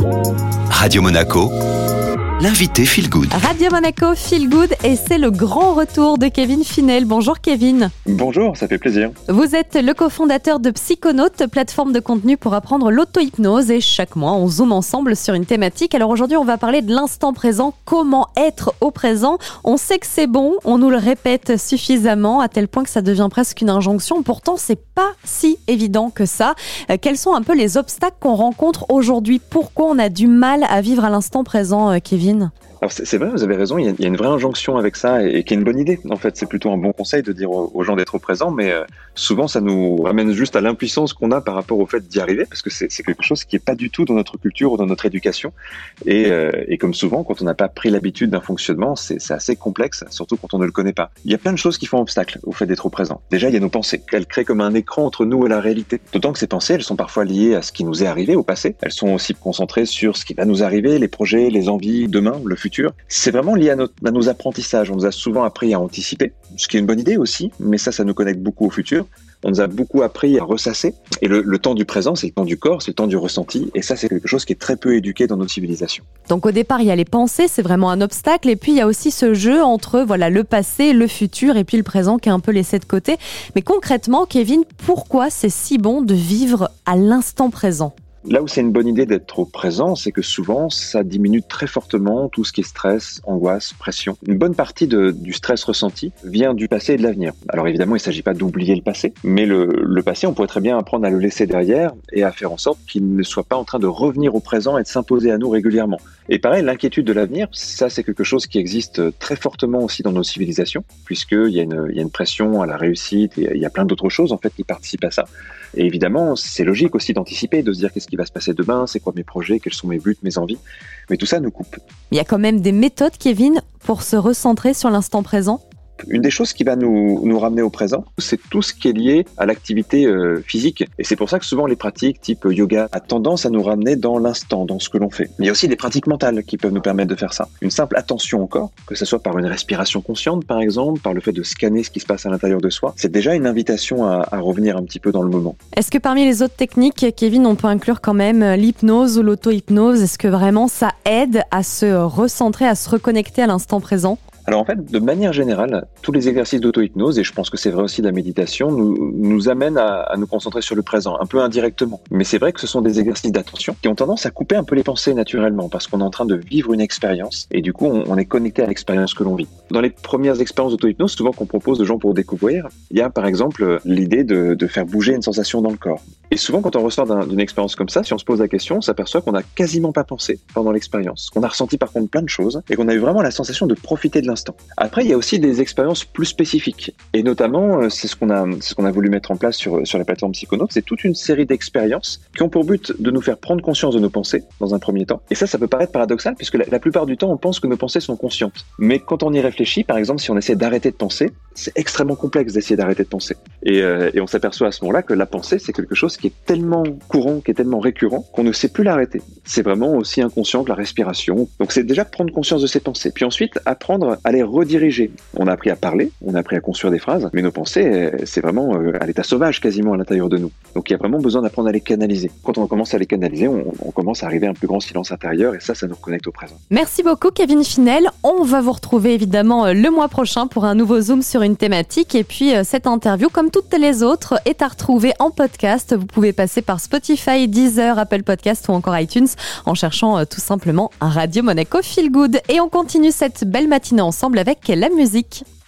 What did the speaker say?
Radio Monaco, l'invité Feel Good. Radio Monaco Feel Good et c'est le grand retour de Kevin Finel. Bonjour Kevin. Bonjour, ça fait plaisir. Vous êtes le cofondateur de Psychonautes, plateforme de contenu pour apprendre l'auto-hypnose et chaque mois on zoome ensemble sur une thématique. Alors aujourd'hui on va parler de l'instant présent, comment être au présent. On sait que c'est bon, on nous le répète suffisamment à tel point que ça devient presque une injonction. Pourtant c'est pas si évident que ça. Quels sont un peu les obstacles qu'on rencontre aujourd'hui? Pourquoi on a du mal à vivre à l'instant présent, Kevin? Alors c'est vrai, vous avez raison, il y a une vraie injonction avec ça et qui est une bonne idée. En fait, c'est plutôt un bon conseil de dire aux gens d'être au présent, mais souvent ça nous ramène juste à l'impuissance qu'on a par rapport au fait d'y arriver, parce que c'est quelque chose qui est pas du tout dans notre culture ou dans notre éducation. Et comme souvent, quand on n'a pas pris l'habitude d'un fonctionnement, c'est assez complexe, surtout quand on ne le connaît pas. Il y a plein de choses qui font obstacle au fait d'être au présent. Déjà, il y a nos pensées. Elles créent comme un écran entre nous et la réalité. D'autant que ces pensées, elles sont parfois liées à ce qui nous est arrivé au passé. Elles sont aussi concentrées sur ce qui va nous arriver, les projets, les envies, demain, le futur. C'est vraiment lié à nos apprentissages. On nous a souvent appris à anticiper, ce qui est une bonne idée aussi, mais ça nous connecte beaucoup au futur. On nous a beaucoup appris à ressasser. Et le temps du présent, c'est le temps du corps, c'est le temps du ressenti. Et ça, c'est quelque chose qui est très peu éduqué dans notre civilisation. Donc au départ, il y a les pensées, c'est vraiment un obstacle. Et puis il y a aussi ce jeu entre le passé, le futur et puis le présent qui est un peu laissé de côté. Mais concrètement, Kevin, pourquoi c'est si bon de vivre à l'instant présent ? Là où c'est une bonne idée d'être au présent, c'est que souvent, ça diminue très fortement tout ce qui est stress, angoisse, pression. Une bonne partie du stress ressenti vient du passé et de l'avenir. Alors évidemment, il ne s'agit pas d'oublier le passé, mais le passé, on pourrait très bien apprendre à le laisser derrière et à faire en sorte qu'il ne soit pas en train de revenir au présent et de s'imposer à nous régulièrement. Et pareil, l'inquiétude de l'avenir, ça c'est quelque chose qui existe très fortement aussi dans nos civilisations, puisqu'il y a une pression à la réussite et il y a plein d'autres choses en fait qui participent à ça. Et évidemment, c'est logique aussi d'anticiper, de se dire qu'est-ce qui va se passer demain, c'est quoi mes projets, quels sont mes buts, mes envies. Mais tout ça nous coupe. Il y a quand même des méthodes, Kevin, pour se recentrer sur l'instant présent ? Une des choses qui va nous ramener au présent, c'est tout ce qui est lié à l'activité physique. Et c'est pour ça que souvent les pratiques type yoga a tendance à nous ramener dans l'instant, dans ce que l'on fait. Mais il y a aussi des pratiques mentales qui peuvent nous permettre de faire ça. Une simple attention au corps, que ce soit par une respiration consciente par exemple, par le fait de scanner ce qui se passe à l'intérieur de soi, c'est déjà une invitation à revenir un petit peu dans le moment. Est-ce que parmi les autres techniques, Kevin, on peut inclure quand même l'hypnose ou l'auto-hypnose ? Est-ce que vraiment ça aide à se recentrer, à se reconnecter à l'instant présent ? Alors en fait, de manière générale, tous les exercices d'auto-hypnose, et je pense que c'est vrai aussi de la méditation, nous amènent à nous concentrer sur le présent, un peu indirectement. Mais c'est vrai que ce sont des exercices d'attention qui ont tendance à couper un peu les pensées naturellement, parce qu'on est en train de vivre une expérience, et du coup on est connecté à l'expérience que l'on vit. Dans les premières expériences d'auto-hypnose, souvent qu'on propose aux gens pour découvrir, il y a par exemple l'idée de faire bouger une sensation dans le corps. Et souvent quand on ressort d'une expérience comme ça, si on se pose la question, on s'aperçoit qu'on n'a quasiment pas pensé pendant l'expérience, qu'on a ressenti par contre plein de choses, et qu'on a eu vraiment la sensation de profiter de l'instant. Après, il y a aussi des expériences plus spécifiques. Et notamment, c'est ce qu'on a voulu mettre en place sur la plateforme Psychonautes. C'est toute une série d'expériences qui ont pour but de nous faire prendre conscience de nos pensées, dans un premier temps. Et ça peut paraître paradoxal, puisque la plupart du temps, on pense que nos pensées sont conscientes. Mais quand on y réfléchit, par exemple, si on essaie d'arrêter de penser, c'est extrêmement complexe d'essayer d'arrêter de penser. Et on s'aperçoit à ce moment-là que la pensée, c'est quelque chose qui est tellement courant, qui est tellement récurrent, qu'on ne sait plus l'arrêter. C'est vraiment aussi inconscient que la respiration. Donc c'est déjà prendre conscience de ses pensées. Puis ensuite, apprendre à les rediriger. On a appris à parler, on a appris à construire des phrases, mais nos pensées, c'est vraiment à l'état sauvage quasiment à l'intérieur de nous. Donc il y a vraiment besoin d'apprendre à les canaliser. Quand on commence à les canaliser, on commence à arriver à un plus grand silence intérieur et ça nous reconnecte au présent. Merci beaucoup Kevin Finel. On va vous retrouver évidemment le mois prochain pour un nouveau Zoom sur une thématique. Et puis cette interview, comme toutes les autres, est à retrouver en podcast. Vous pouvez passer par Spotify, Deezer, Apple Podcast ou encore iTunes en cherchant tout simplement un Radio Monaco Feel Good. Et on continue cette belle matinée ensemble avec la musique.